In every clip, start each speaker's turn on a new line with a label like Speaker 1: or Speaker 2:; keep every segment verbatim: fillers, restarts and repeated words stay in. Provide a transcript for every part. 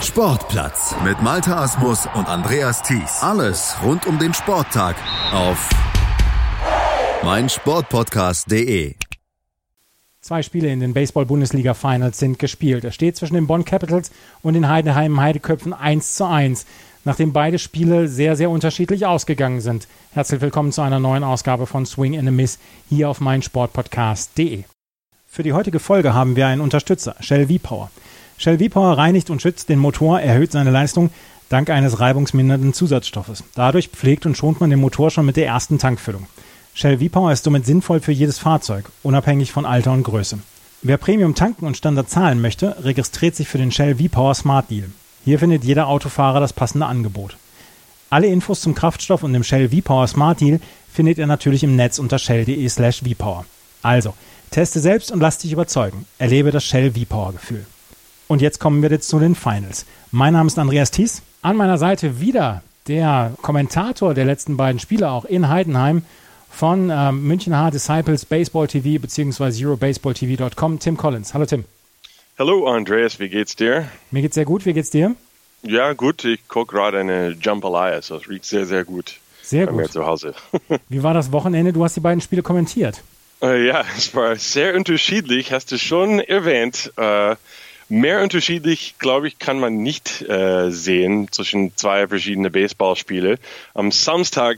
Speaker 1: Sportplatz mit Malte Asmus und Andreas Thies. Alles rund um den Sporttag auf meinsportpodcast punkt de.
Speaker 2: Zwei Spiele in den Baseball-Bundesliga-Finals sind gespielt. Es steht zwischen den Bonn Capitals und den Heidenheim Heideköpfen eins zu eins, nachdem beide Spiele sehr, sehr unterschiedlich ausgegangen sind. Herzlich willkommen zu einer neuen Ausgabe von Swing and a Miss hier auf meinsportpodcast punkt de. Für die heutige Folge haben wir einen Unterstützer, Shell V-Power. Shell V-Power reinigt und schützt den Motor, erhöht seine Leistung dank eines reibungsmindernden Zusatzstoffes. Dadurch pflegt und schont man den Motor schon mit der ersten Tankfüllung. Shell V-Power ist somit sinnvoll für jedes Fahrzeug, unabhängig von Alter und Größe. Wer Premium tanken und Standard zahlen möchte, registriert sich für den Shell V-Power Smart Deal. Hier findet jeder Autofahrer das passende Angebot. Alle Infos zum Kraftstoff und dem Shell V-Power Smart Deal findet ihr natürlich im Netz unter shell punkt de slash V-Power. Also, teste selbst und lass dich überzeugen. Erlebe das Shell V-Power-Gefühl. Und jetzt kommen wir jetzt zu den Finals. Mein Name ist Andreas Thies. An meiner Seite wieder der Kommentator der letzten beiden Spiele, auch in Heidenheim, von äh, München H Disciples Baseball T V bzw. Eurobaseball T V Punkt com, Tim Collins. Hallo Tim.
Speaker 3: Hallo Andreas, wie geht's dir?
Speaker 2: Mir geht's sehr gut, wie geht's dir?
Speaker 3: Ja gut, ich gucke gerade eine Jambalaya, so es riecht sehr, sehr gut.
Speaker 2: Sehr
Speaker 3: bei
Speaker 2: gut.
Speaker 3: mir zu Hause.
Speaker 2: Wie war das Wochenende? Du hast die beiden Spiele kommentiert.
Speaker 3: Äh, ja, es war sehr unterschiedlich, hast du schon erwähnt. Äh, mehr unterschiedlich, glaube ich, kann man nicht äh, sehen zwischen zwei verschiedenen Baseballspiele. Am Samstag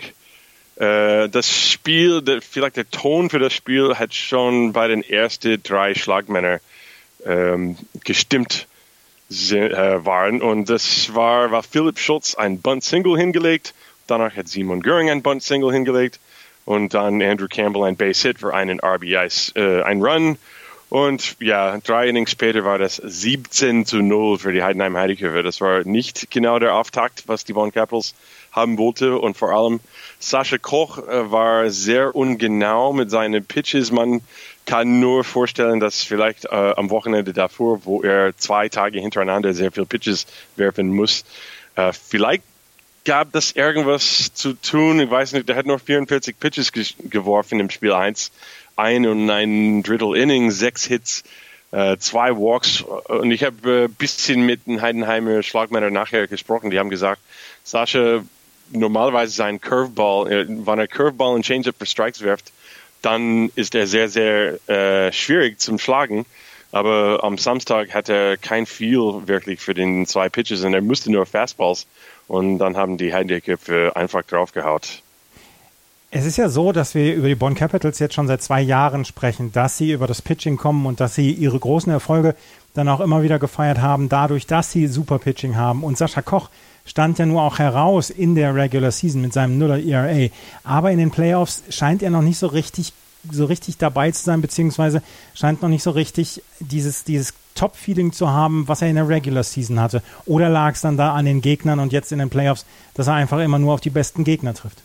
Speaker 3: Äh, das Spiel, der, vielleicht der Ton für das Spiel hat schon bei den ersten drei Schlagmännern ähm, gestimmt se- äh, waren. Und das war, war Philipp Schultz ein Bunt-Single hingelegt, danach hat Simon Göring ein Bunt-Single hingelegt und dann Andrew Campbell ein Base-Hit für einen R B I, äh, ein Run. Und ja, drei Innings später war das siebzehn zu null für die Heidenheim Heideköpfe. Das war nicht genau der Auftakt, was die Bonn Capitals haben wollte. Und vor allem Sascha Koch äh, war sehr ungenau mit seinen Pitches. Man kann nur vorstellen, dass vielleicht äh, am Wochenende davor, wo er zwei Tage hintereinander sehr viele Pitches werfen muss, äh, vielleicht gab das irgendwas zu tun. Ich weiß nicht, der hat nur vierundvierzig Pitches ge- geworfen im Spiel eins. Ein und ein Drittel Inning, sechs Hits, äh, zwei Walks. Und ich habe ein äh, bisschen mit den Heidenheimer Schlagmännern nachher gesprochen. Die haben gesagt, Sascha, normalerweise sein Curveball, äh, wenn er Curveball und Changeup für Strikes wirft, dann ist er sehr, sehr äh, schwierig zum Schlagen. Aber am Samstag hat er kein Feel wirklich für den zwei Pitches und er musste nur Fastballs. Und dann haben die Heideköpfe einfach draufgehaut.
Speaker 2: Es ist ja so, dass wir über die Bonn Capitals jetzt schon seit zwei Jahren sprechen, dass sie über das Pitching kommen und dass sie ihre großen Erfolge dann auch immer wieder gefeiert haben, dadurch, dass sie super Pitching haben. Und Sascha Koch stand ja nur auch heraus in der Regular Season mit seinem Nuller E R A. Aber in den Playoffs scheint er noch nicht so richtig, so richtig dabei zu sein, beziehungsweise scheint noch nicht so richtig dieses, dieses Top-Feeling zu haben, was er in der Regular Season hatte. Oder lag es dann da an den Gegnern und jetzt in den Playoffs, dass er einfach immer nur auf die besten Gegner trifft?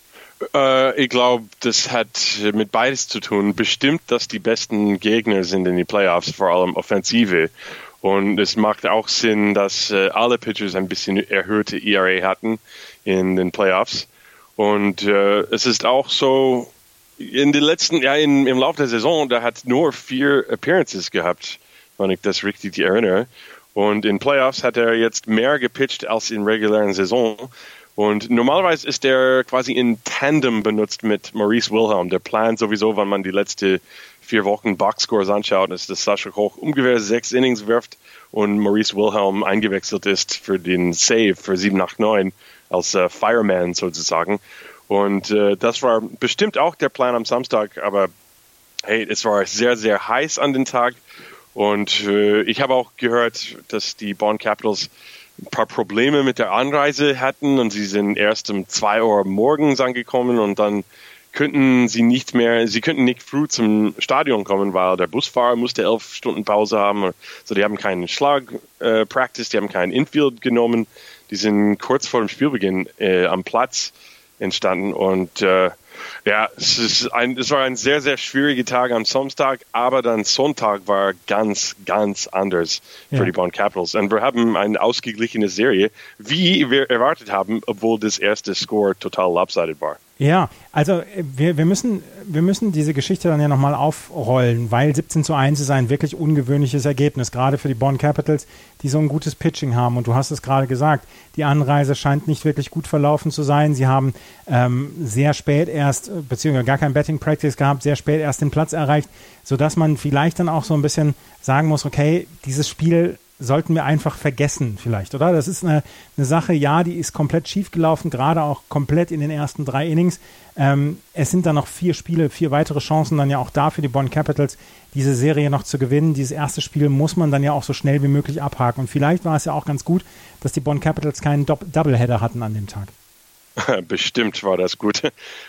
Speaker 3: Uh, ich glaube, das hat mit beides zu tun. Bestimmt, dass die besten Gegner sind in den Playoffs, vor allem Offensive. Und es macht auch Sinn, dass uh, alle Pitchers ein bisschen erhöhte E R A hatten in den Playoffs. Und uh, es ist auch so, in den letzten, ja, in, im Laufe der Saison, der hat nur vier Appearances gehabt, wenn ich das richtig erinnere. Und in Playoffs hat er jetzt mehr gepitcht als in regulären Saison. Und normalerweise ist er quasi in Tandem benutzt mit Maurice Wilhelm. Der Plan sowieso, wenn man die letzten vier Wochen Boxscores anschaut, ist, dass Sascha Koch ungefähr sechs Innings wirft und Maurice Wilhelm eingewechselt ist für den Save für sieben, acht, neun als äh, Fireman sozusagen. Und äh, das war bestimmt auch der Plan am Samstag, aber hey, es war sehr, sehr heiß an den Tag. Und äh, ich habe auch gehört, dass die Bonn Capitals ein paar Probleme mit der Anreise hatten und sie sind erst um zwei Uhr morgens angekommen und dann könnten sie nicht mehr, sie könnten nicht früh zum Stadion kommen, weil der Busfahrer musste elf Stunden Pause haben. So, die haben keinen Schlag-Practice, äh, die haben keinen Infield genommen. Die sind kurz vor dem Spielbeginn äh, am Platz entstanden und äh, ja, es, ist ein, es war ein sehr, sehr schwieriger Tag am Samstag, aber dann Sonntag war ganz, ganz anders für ja. die Bonn Capitals. Und wir haben eine ausgeglichene Serie, wie wir erwartet haben, obwohl das erste Score total lopsided war.
Speaker 2: Ja, also wir, wir, müssen, wir müssen diese Geschichte dann ja nochmal aufrollen, weil siebzehn zu eins ist ein wirklich ungewöhnliches Ergebnis, gerade für die Bonn Capitals, die so ein gutes Pitching haben. Und du hast es gerade gesagt, die Anreise scheint nicht wirklich gut verlaufen zu sein. Sie haben ähm, sehr spät erst, beziehungsweise gar kein Betting Practice gehabt, sehr spät erst den Platz erreicht, sodass man vielleicht dann auch so ein bisschen sagen muss, okay, dieses Spiel sollten wir einfach vergessen vielleicht, oder? Das ist eine, eine Sache, ja, die ist komplett schief gelaufen, gerade auch komplett in den ersten drei Innings. Ähm, es sind dann noch vier Spiele, vier weitere Chancen dann ja auch da für die Bonn Capitals, diese Serie noch zu gewinnen. Dieses erste Spiel muss man dann ja auch so schnell wie möglich abhaken. Und vielleicht war es ja auch ganz gut, dass die Bonn Capitals keinen Do- Doubleheader hatten an dem Tag.
Speaker 3: Bestimmt war das gut.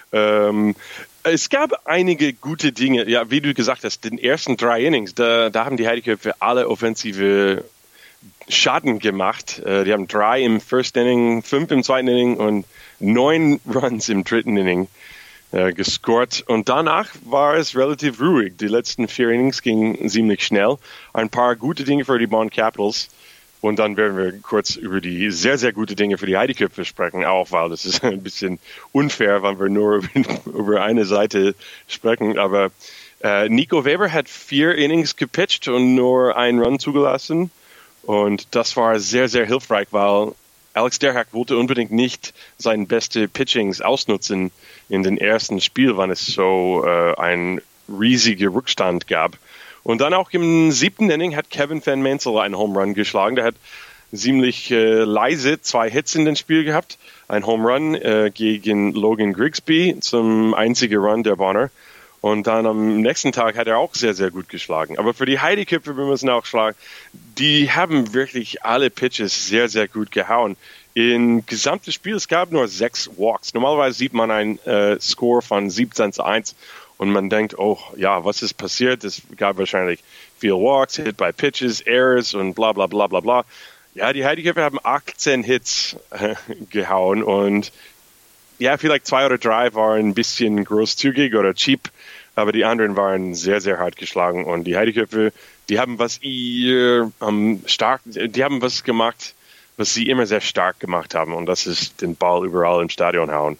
Speaker 3: Ähm, es gab einige gute Dinge. Ja, wie du gesagt hast, den ersten drei Innings, da, da haben die Heideköpfe alle offensive Schaden gemacht. Die haben drei im First Inning, fünf im zweiten Inning und neun Runs im dritten Inning äh, gescored. Und danach war es relativ ruhig. Die letzten vier Innings gingen ziemlich schnell. Ein paar gute Dinge für die Bonn Capitals. Und dann werden wir kurz über die sehr, sehr gute Dinge für die Heideköpfe sprechen, auch weil das ist ein bisschen unfair, wenn wir nur über eine Seite sprechen. Aber äh, Nico Weber hat vier Innings gepitcht und nur einen Run zugelassen. Und das war sehr, sehr hilfreich, weil Alex Derhack wollte unbedingt nicht seine beste Pitchings ausnutzen in den ersten Spiel, wann es so äh, ein riesiger Rückstand gab. Und dann auch im siebten Inning hat Kevin Van Mansell einen Home Run geschlagen. Der hat ziemlich äh, leise zwei Hits in dem Spiel gehabt. Ein Home Run äh, gegen Logan Grigsby zum einzigen Run der Bonner. Und dann am nächsten Tag hat er auch sehr, sehr gut geschlagen. Aber für die Heideköpfe, wir müssen auch schlagen, die haben wirklich alle Pitches sehr, sehr gut gehauen. Im gesamten Spiel, es gab nur sechs Walks. Normalerweise sieht man einen äh, Score von siebzehn zu eins und man denkt, oh ja, was ist passiert? Es gab wahrscheinlich viel Walks, Hit by Pitches, Errors und bla bla bla bla bla. Ja, die Heideköpfe haben achtzehn Hits äh, gehauen und ja, vielleicht zwei oder drei waren ein bisschen großzügig oder cheap, aber die anderen waren sehr, sehr hart geschlagen. Und die Heideköpfe, die haben was ihr ähm, stark, die haben was gemacht, was sie immer sehr stark gemacht haben. Und das ist den Ball überall im Stadion hauen.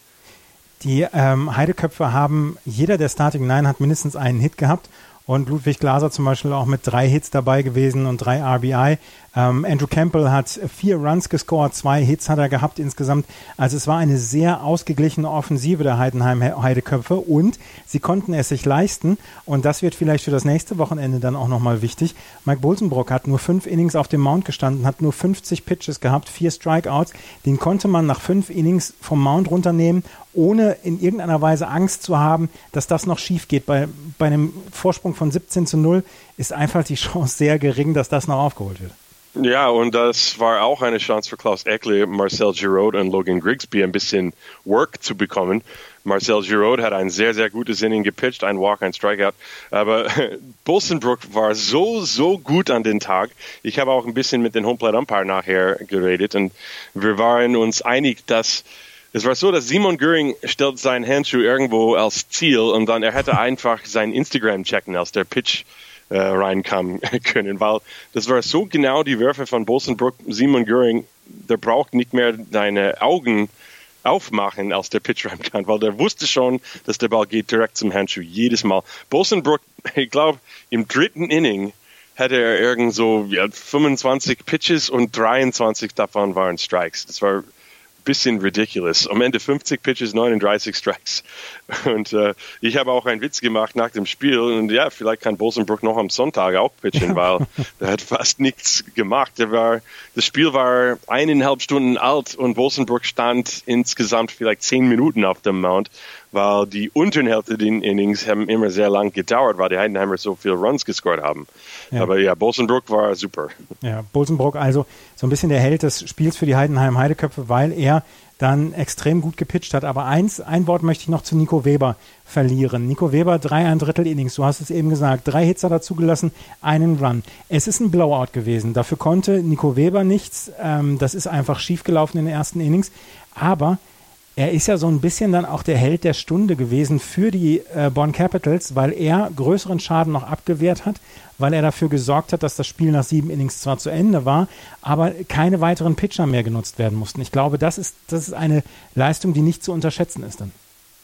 Speaker 2: Die ähm, Heideköpfe haben, jeder der Starting Nine hat mindestens einen Hit gehabt. Und Ludwig Glaser zum Beispiel auch mit drei Hits dabei gewesen und drei R B I. Ähm, Andrew Campbell hat vier Runs gescored, zwei Hits hat er gehabt insgesamt. Also es war eine sehr ausgeglichene Offensive der Heidenheim Heideköpfe und sie konnten es sich leisten. Und das wird vielleicht für das nächste Wochenende dann auch nochmal wichtig. Mike Bolsenbrock hat nur fünf Innings auf dem Mound gestanden, hat nur fünfzig Pitches gehabt, vier Strikeouts. Den konnte man nach fünf Innings vom Mound runternehmen, ohne in irgendeiner Weise Angst zu haben, dass das noch schief geht. Bei, bei einem Vorsprung von siebzehn zu null ist einfach die Chance sehr gering, dass das noch aufgeholt wird.
Speaker 3: Ja, und das war auch eine Chance für Klaus Eckle, Marcel Giroud und Logan Grigsby ein bisschen Work zu bekommen. Marcel Giroud hat ein sehr, sehr gutes Inning gepitcht, ein Walk, ein Strikeout. Aber Bolsenbrook war so, so gut an den Tag. Ich habe auch ein bisschen mit dem Home Plate Umpire nachher geredet und wir waren uns einig, dass es war so, dass Simon Göring stellt seinen Handschuh irgendwo als Ziel und dann er hätte einfach sein Instagram checken, als der Pitch äh, reinkam können, weil das war so genau die Würfe von Bolsenbrook. Simon Göring, der braucht nicht mehr deine Augen aufmachen, als der Pitch reinkam, weil der wusste schon, dass der Ball geht direkt zum Handschuh, jedes Mal. Bolsenbrook, ich glaube, im dritten Inning hatte er irgend so ja, fünfundzwanzig Pitches und dreiundzwanzig davon waren Strikes. Das war bisschen ridiculous. Am Ende fünfzig Pitches, neununddreißig Strikes. Und äh, ich habe auch einen Witz gemacht nach dem Spiel. Und ja, vielleicht kann Bolsenbrook noch am Sonntag auch pitchen, weil der hat fast nichts gemacht. Der war, das Spiel war eineinhalb Stunden alt und Bolsenbrook stand insgesamt vielleicht zehn Minuten auf dem Mount, weil die unteren Hälfte der Innings haben immer sehr lang gedauert, weil die Heidenheimer so viele Runs gescored haben. Ja. Aber ja, Bolsenbrook war super.
Speaker 2: Ja, Bolsenbrook also so ein bisschen der Held des Spiels für die Heidenheim Heideköpfe, weil er dann extrem gut gepitcht hat. Aber eins, ein Wort möchte ich noch zu Nico Weber verlieren. Nico Weber, drei ein Drittel Innings, du hast es eben gesagt, drei Hits hat er zugelassen, einen Run. Es ist ein Blowout gewesen, dafür konnte Nico Weber nichts, ähm, das ist einfach schiefgelaufen in den ersten Innings, aber er ist ja so ein bisschen dann auch der Held der Stunde gewesen für die äh, Bonn Capitals, weil er größeren Schaden noch abgewehrt hat, weil er dafür gesorgt hat, dass das Spiel nach sieben Innings zwar zu Ende war, aber keine weiteren Pitcher mehr genutzt werden mussten. Ich glaube, das ist, das ist eine Leistung, die nicht zu unterschätzen ist dann.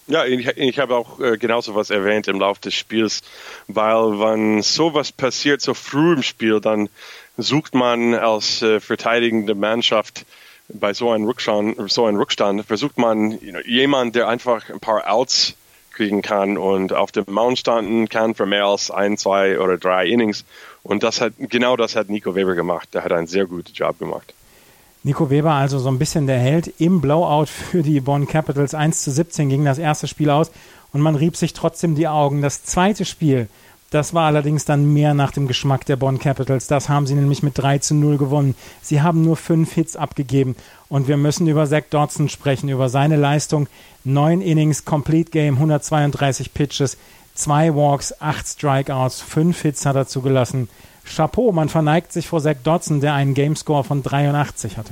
Speaker 3: Ja, ich, ich habe auch äh, genauso was erwähnt im Laufe des Spiels, weil wenn sowas passiert so früh im Spiel, dann sucht man als äh, verteidigende Mannschaft bei so einem Rückstand, so einem Rückstand versucht man you know, jemanden, der einfach ein paar Outs kriegen kann und auf dem Mount standen kann für mehr als ein, zwei oder drei Innings. Und das hat genau das hat Nico Weber gemacht. Der hat einen sehr guten Job gemacht.
Speaker 2: Nico Weber also so ein bisschen der Held im Blowout für die Bonn Capitals. eins zu siebzehn ging das erste Spiel aus und man rieb sich trotzdem die Augen. Das zweite Spiel, das war allerdings dann mehr nach dem Geschmack der Bonn Capitals. Das haben sie nämlich mit drei zu null gewonnen. Sie haben nur fünf Hits abgegeben und wir müssen über Zach Dodson sprechen, über seine Leistung. Neun Innings, Complete Game, hundertzweiunddreißig Pitches, zwei Walks, acht Strikeouts, fünf Hits hat er zugelassen. Chapeau, man verneigt sich vor Zach Dodson, der einen Gamescore von dreiundachtzig hatte.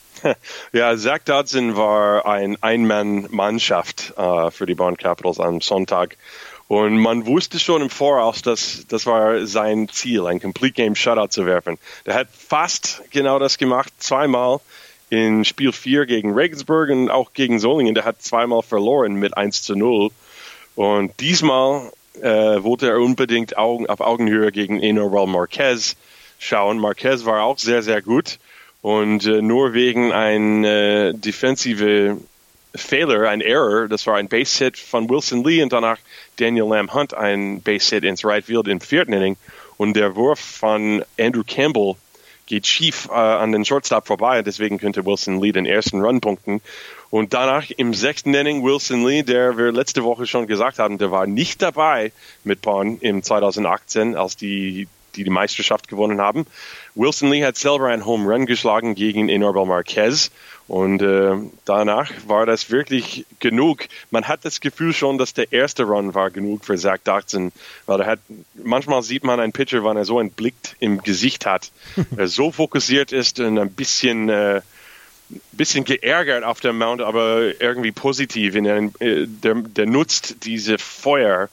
Speaker 3: Ja, Zach Dodson war ein Ein-Mann-Mannschaft äh, für die Bonn Capitals am Sonntag. Und man wusste schon im Voraus, dass das war sein Ziel, ein Complete-Game-Shutout zu werfen. Der hat fast genau das gemacht, zweimal in Spiel vier gegen Regensburg und auch gegen Solingen. Der hat zweimal verloren mit eins zu null. Und diesmal Äh, wollte er unbedingt Augen, auf Augenhöhe gegen Enorel Marquez schauen. Marquez war auch sehr, sehr gut und äh, nur wegen ein äh, defensive Fehler, ein Error, das war ein Base-Hit von Wilson Lee und danach Daniel Lamb Hunt ein Base-Hit ins Right Field im vierten Inning und der Wurf von Andrew Campbell geht schief äh, an den Shortstop vorbei und deswegen könnte Wilson Lee den ersten Run punkten. Und danach im sechsten Inning Wilson Lee, der wir letzte Woche schon gesagt haben, der war nicht dabei mit Bonn im zweitausendachtzehn, als die die, die Meisterschaft gewonnen haben. Wilson Lee hat selber einen Home Run geschlagen gegen Enorel Marquez und äh, danach war das wirklich genug. Man hat das Gefühl schon, dass der erste Run war genug für Zach Dodson, weil er hat, manchmal sieht man einen Pitcher, wenn er so einen Blick im Gesicht hat, er so fokussiert ist und ein bisschen äh, bisschen geärgert auf dem Mount, aber irgendwie positiv. In der, der, der nutzt diese Feuer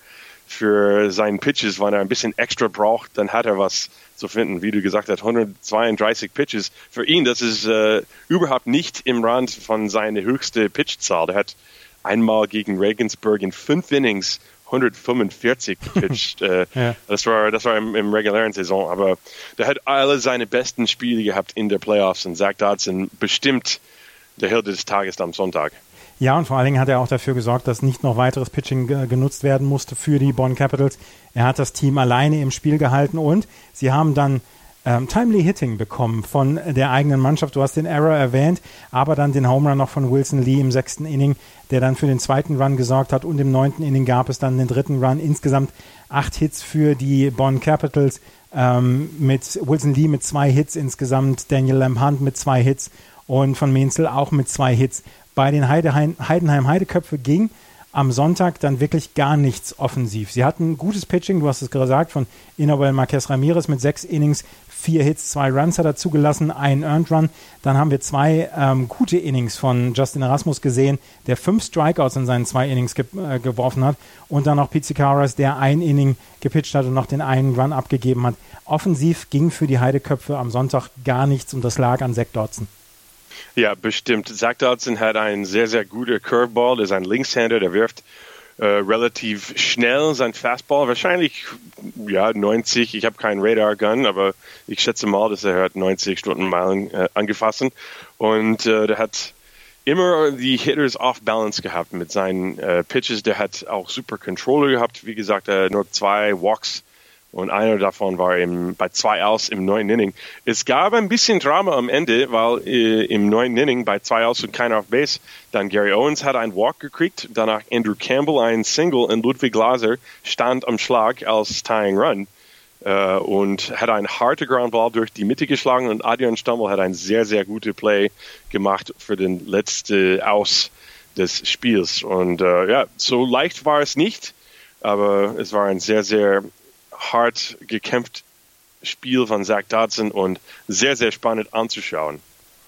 Speaker 3: für seinen Pitches, wenn er ein bisschen extra braucht, dann hat er was zu finden. Wie du gesagt hast, hundertzweiunddreißig Pitches. Für ihn, das ist äh, überhaupt nicht im Rand von seiner höchsten Pitchzahl. Der hat einmal gegen Regensburg in fünf Innings hundertfünfundvierzig gepitcht. äh, ja. Das war, das war im, im regulären Saison, aber der hat alle seine besten Spiele gehabt in der Playoffs und Zach Dodson bestimmt der Held des Tages am Sonntag.
Speaker 2: Ja, und vor allen Dingen hat er auch dafür gesorgt, dass nicht noch weiteres Pitching ge- genutzt werden musste für die Bonn Capitals. Er hat das Team alleine im Spiel gehalten und sie haben dann ähm, Timely Hitting bekommen von der eigenen Mannschaft. Du hast den Error erwähnt, aber dann den Home Run noch von Wilson Lee im sechsten Inning, der dann für den zweiten Run gesorgt hat und im neunten Inning gab es dann den dritten Run. Insgesamt acht Hits für die Bonn Capitals, ähm, mit Wilson Lee mit zwei Hits insgesamt, Daniel Lamb Hunt mit zwei Hits und von Menzel auch mit zwei Hits. Bei den Heideheim, Heidenheim Heideköpfe ging am Sonntag dann wirklich gar nichts offensiv. Sie hatten gutes Pitching, du hast es gesagt, von Enorel Marquez Ramirez mit sechs Innings, vier Hits, zwei Runs hat er zugelassen, einen Earned Run. Dann haben wir zwei ähm, gute Innings von Justin Erasmus gesehen, der fünf Strikeouts in seinen zwei Innings ge- äh, geworfen hat. Und dann noch Pete Sikaras, der ein Inning gepitcht hat und noch den einen Run abgegeben hat. Offensiv ging für die Heideköpfe am Sonntag gar nichts und das lag an Zach Dodson.
Speaker 3: Ja, bestimmt. Zach Dodson hat einen sehr, sehr guten Curveball. Der ist ein Linkshänder, der wirft äh, relativ schnell sein Fastball. Wahrscheinlich, ja, neunzig. Ich habe keinen Radar-Gun, aber ich schätze mal, dass er hat neunzig Stundenmeilen äh, angefasst. Und äh, der hat immer die Hitters off-balance gehabt mit seinen äh, Pitches. Der hat auch super Controller gehabt. Wie gesagt, äh, nur zwei Walks. Und einer davon war im, bei zwei Outs im neunten Inning. Es gab ein bisschen Drama am Ende, weil äh, im neunten Inning bei zwei Outs und keiner auf Base, dann Gary Owens hat einen Walk gekriegt, danach Andrew Campbell einen Single und Ludwig Glaser stand am Schlag als Tying Run äh, und hat einen harten Groundball durch die Mitte geschlagen und Adrian Stommel hat ein sehr, sehr gutes Play gemacht für den letzten Aus des Spiels. Und äh, ja, so leicht war es nicht, aber es war ein sehr, sehr hart gekämpft Spiel von Zach Dodson und sehr, sehr spannend anzuschauen.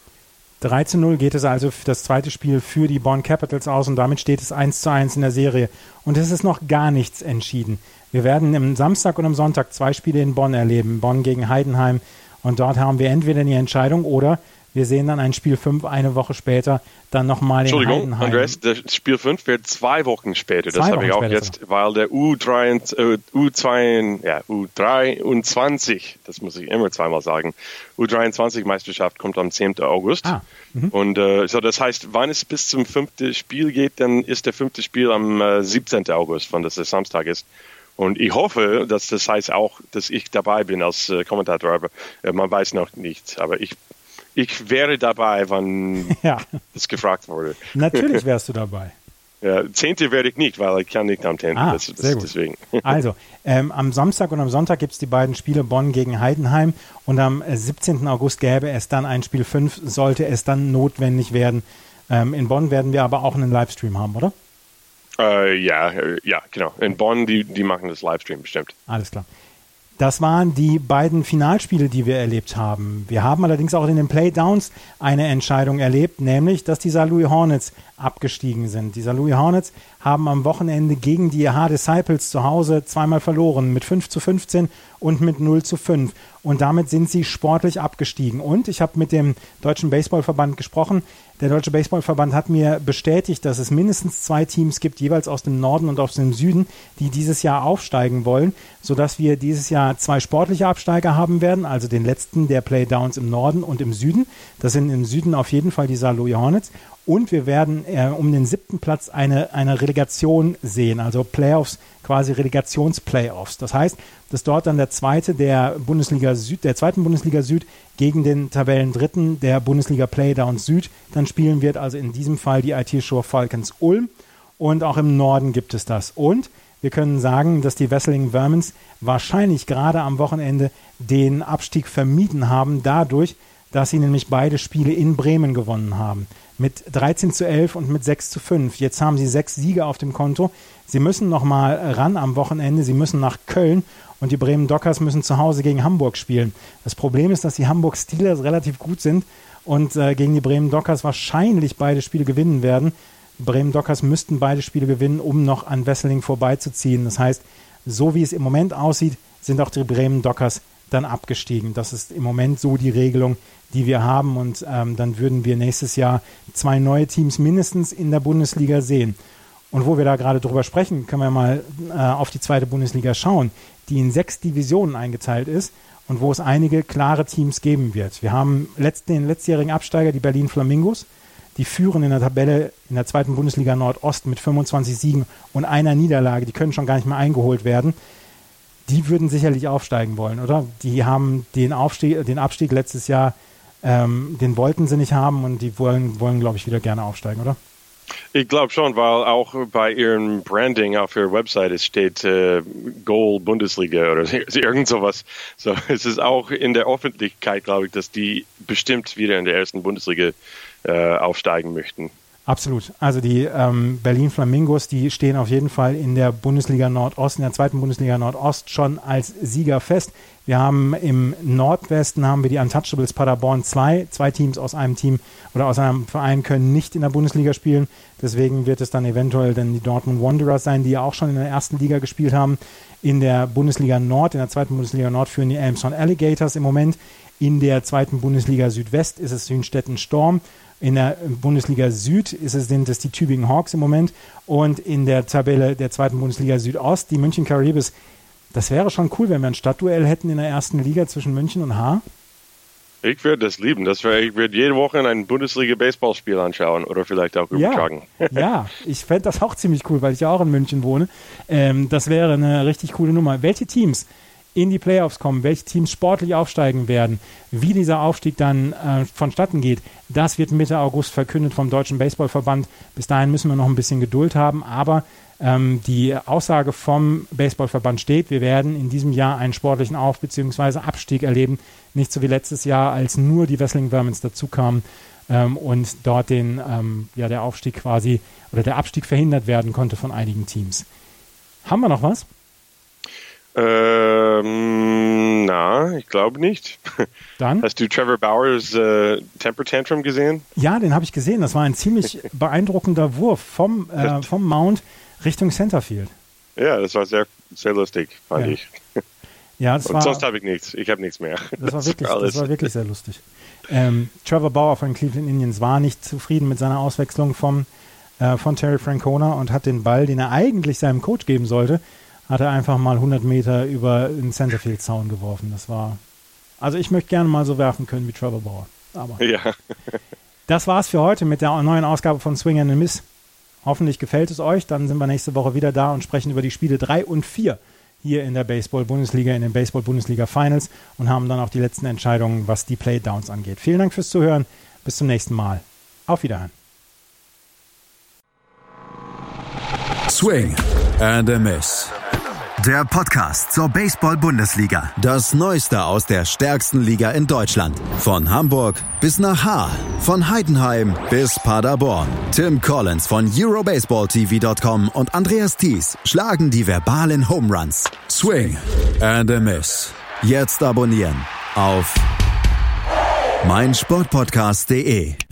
Speaker 2: drei zu null geht es also für das zweite Spiel für die Bonn Capitals aus und damit steht es eins zu eins in der Serie. Und es ist noch gar nichts entschieden. Wir werden am Samstag und am Sonntag zwei Spiele in Bonn erleben. Bonn gegen Heidenheim und dort haben wir entweder die Entscheidung oder Wir sehen dann ein Spiel fünf eine Woche später, dann nochmal in Heidenheim.
Speaker 3: Entschuldigung, Andreas, das Spiel fünf wird zwei Wochen später. Das habe ich auch jetzt, sogar. Weil der U drei, äh, U zwei, ja, U dreiundzwanzig, das muss ich immer zweimal sagen, U dreiundzwanzig Meisterschaft kommt am zehnten August. Ah, und äh, so das heißt, wenn es bis zum fünften Spiel geht, dann ist der fünfte Spiel am äh, siebzehnten August, wenn das der Samstag ist. Und ich hoffe, dass das heißt auch, dass ich dabei bin als äh, Kommentator, aber äh, man weiß noch nicht. Aber ich Ich wäre dabei, wann ja. das gefragt wurde.
Speaker 2: Natürlich wärst du dabei.
Speaker 3: Ja, zehnte werde ich nicht, weil ich kann nicht am zehnten
Speaker 2: Ah,
Speaker 3: das, das,
Speaker 2: sehr gut.
Speaker 3: Deswegen.
Speaker 2: Also, ähm, am Samstag und am Sonntag gibt es die beiden Spiele Bonn gegen Heidenheim und am äh, siebzehnten August gäbe es dann ein Spiel fünf, sollte es dann notwendig werden. Ähm, in Bonn werden wir aber auch einen Livestream haben, oder?
Speaker 3: Äh, ja, ja, genau. In Bonn, die, die machen das Livestream bestimmt.
Speaker 2: Alles klar. Das waren die beiden Finalspiele, die wir erlebt haben. Wir haben allerdings auch in den Playdowns eine Entscheidung erlebt, nämlich, dass die Saint Louis Hornets abgestiegen sind. Die Saint Louis Hornets haben am Wochenende gegen die H Disciples zu Hause zweimal verloren, mit fünf zu fünfzehn und mit null zu fünf. Und damit sind sie sportlich abgestiegen. Und ich habe mit dem Deutschen Baseballverband gesprochen. Der Deutsche Baseballverband hat mir bestätigt, dass es mindestens zwei Teams gibt, jeweils aus dem Norden und aus dem Süden, die dieses Jahr aufsteigen wollen, sodass wir dieses Jahr zwei sportliche Absteiger haben werden, also den letzten der Playdowns im Norden und im Süden. Das sind im Süden auf jeden Fall die Saint Louis Hornets. Und wir werden äh, um den siebten Platz eine, eine Relegation sehen, also Playoffs, quasi Relegationsplayoffs. Das heißt, dass dort dann der zweite der Bundesliga Süd, der zweiten Bundesliga Süd gegen den Tabellendritten der Bundesliga Playdowns Süd dann spielen wird, also in diesem Fall die I T Shore Falcons Ulm. Und auch im Norden gibt es das. Und wir können sagen, dass die Wesseling Vermins wahrscheinlich gerade am Wochenende den Abstieg vermieden haben, dadurch, dass sie nämlich beide Spiele in Bremen gewonnen haben. Mit dreizehn zu elf und mit sechs zu fünf. Jetzt haben sie sechs Siege auf dem Konto. Sie müssen nochmal ran am Wochenende. Sie müssen nach Köln und die Bremen Dockers müssen zu Hause gegen Hamburg spielen. Das Problem ist, dass die Hamburg Steelers relativ gut sind und äh, gegen die Bremen Dockers wahrscheinlich beide Spiele gewinnen werden. Die Bremen Dockers müssten beide Spiele gewinnen, um noch an Wesseling vorbeizuziehen. Das heißt, so wie es im Moment aussieht, sind auch die Bremen Dockers dann abgestiegen. Das ist im Moment so die Regelung, die wir haben und ähm, dann würden wir nächstes Jahr zwei neue Teams mindestens in der Bundesliga sehen. Und wo wir da gerade drüber sprechen, können wir mal äh, auf die zweite Bundesliga schauen, die in sechs Divisionen eingeteilt ist und wo es einige klare Teams geben wird. Wir haben letzt, den letztjährigen Absteiger, die Berlin Flamingos, die führen in der Tabelle in der zweiten Bundesliga Nordost mit fünfundzwanzig Siegen und einer Niederlage. Die können schon gar nicht mehr eingeholt werden. Die würden sicherlich aufsteigen wollen, oder? Die haben den, Aufstieg, den Abstieg letztes Jahr, ähm, den wollten sie nicht haben und die wollen, wollen glaube ich, wieder gerne aufsteigen, oder?
Speaker 3: Ich glaube schon, weil auch bei ihrem Branding auf ihrer Website es steht äh, Goal Bundesliga oder irgend sowas. So, es ist auch in der Öffentlichkeit, glaube ich, dass die bestimmt wieder in der ersten Bundesliga äh, aufsteigen möchten.
Speaker 2: Absolut. Also die ähm, Berlin Flamingos, die stehen auf jeden Fall in der Bundesliga Nordost, in der zweiten Bundesliga Nordost schon als Sieger fest. Wir haben im Nordwesten haben wir die Untouchables Paderborn zwei. Zwei Teams aus einem Team oder aus einem Verein können nicht in der Bundesliga spielen. Deswegen wird es dann eventuell dann die Dortmund Wanderers sein, die ja auch schon in der ersten Liga gespielt haben. In der Bundesliga Nord, in der zweiten Bundesliga Nord führen die Elmshorn Alligators im Moment. In der zweiten Bundesliga Südwest ist es Hünstetten Storm. In der Bundesliga Süd ist es, sind es die Tübingen Hawks im Moment und in der Tabelle der zweiten Bundesliga Südost die München Caribes. Das wäre schon cool, wenn wir ein Stadtduell hätten in der ersten Liga zwischen München und Haar. Ich
Speaker 3: würde das lieben. Das wär, ich würde jede Woche ein Bundesliga-Baseballspiel anschauen oder vielleicht auch übertragen.
Speaker 2: Ja, ja, ich fände das auch ziemlich cool, weil ich ja auch in München wohne. Ähm, das wäre eine richtig coole Nummer. Welche Teams in die Playoffs kommen, welche Teams sportlich aufsteigen werden, wie dieser Aufstieg dann äh, vonstatten geht, das wird Mitte August verkündet vom Deutschen Baseballverband. Bis dahin müssen wir noch ein bisschen Geduld haben, aber ähm, die Aussage vom Baseballverband steht, wir werden in diesem Jahr einen sportlichen Auf- bzw. Abstieg erleben, nicht so wie letztes Jahr, als nur die Wesseling Vermins dazukamen ähm, und dort den, ähm, ja, der Aufstieg quasi oder der Abstieg verhindert werden konnte von einigen Teams. Haben wir noch was?
Speaker 3: Ähm, na, ich glaube nicht.
Speaker 2: Dann?
Speaker 3: Hast du Trevor Bauers äh, Temper Tantrum gesehen?
Speaker 2: Ja, den habe ich gesehen. Das war ein ziemlich beeindruckender Wurf vom, äh, vom Mount Richtung Centerfield.
Speaker 3: Ja, das war sehr, sehr lustig, fand
Speaker 2: ja.
Speaker 3: ich.
Speaker 2: Ja, das
Speaker 3: Und
Speaker 2: war,
Speaker 3: sonst habe ich nichts. Ich habe nichts mehr.
Speaker 2: Das war, wirklich, das war wirklich sehr lustig. Ähm, Trevor Bauer von den Cleveland Indians war nicht zufrieden mit seiner Auswechslung vom, äh, von Terry Francona und hat den Ball, den er eigentlich seinem Coach geben sollte, hat er einfach mal hundert Meter über den Centerfield-Zaun geworfen. Das war, also ich möchte gerne mal so werfen können wie Trevor Bauer. Aber
Speaker 3: ja.
Speaker 2: Das war's für heute mit der neuen Ausgabe von Swing and a Miss. Hoffentlich gefällt es euch. Dann sind wir nächste Woche wieder da und sprechen über die Spiele drei und vier hier in der Baseball-Bundesliga, in den Baseball-Bundesliga-Finals und haben dann auch die letzten Entscheidungen, was die Playdowns angeht. Vielen Dank fürs Zuhören. Bis zum nächsten Mal. Auf Wiederhören.
Speaker 1: Swing and a Miss. Der Podcast zur Baseball-Bundesliga. Das Neueste aus der stärksten Liga in Deutschland. Von Hamburg bis nach Haar. Von Heidenheim bis Paderborn. Tim Collins von Eurobaseball T V Punkt com und Andreas Thies schlagen die verbalen Home Runs. Swing and a Miss. Jetzt abonnieren auf meinsportpodcast punkt de.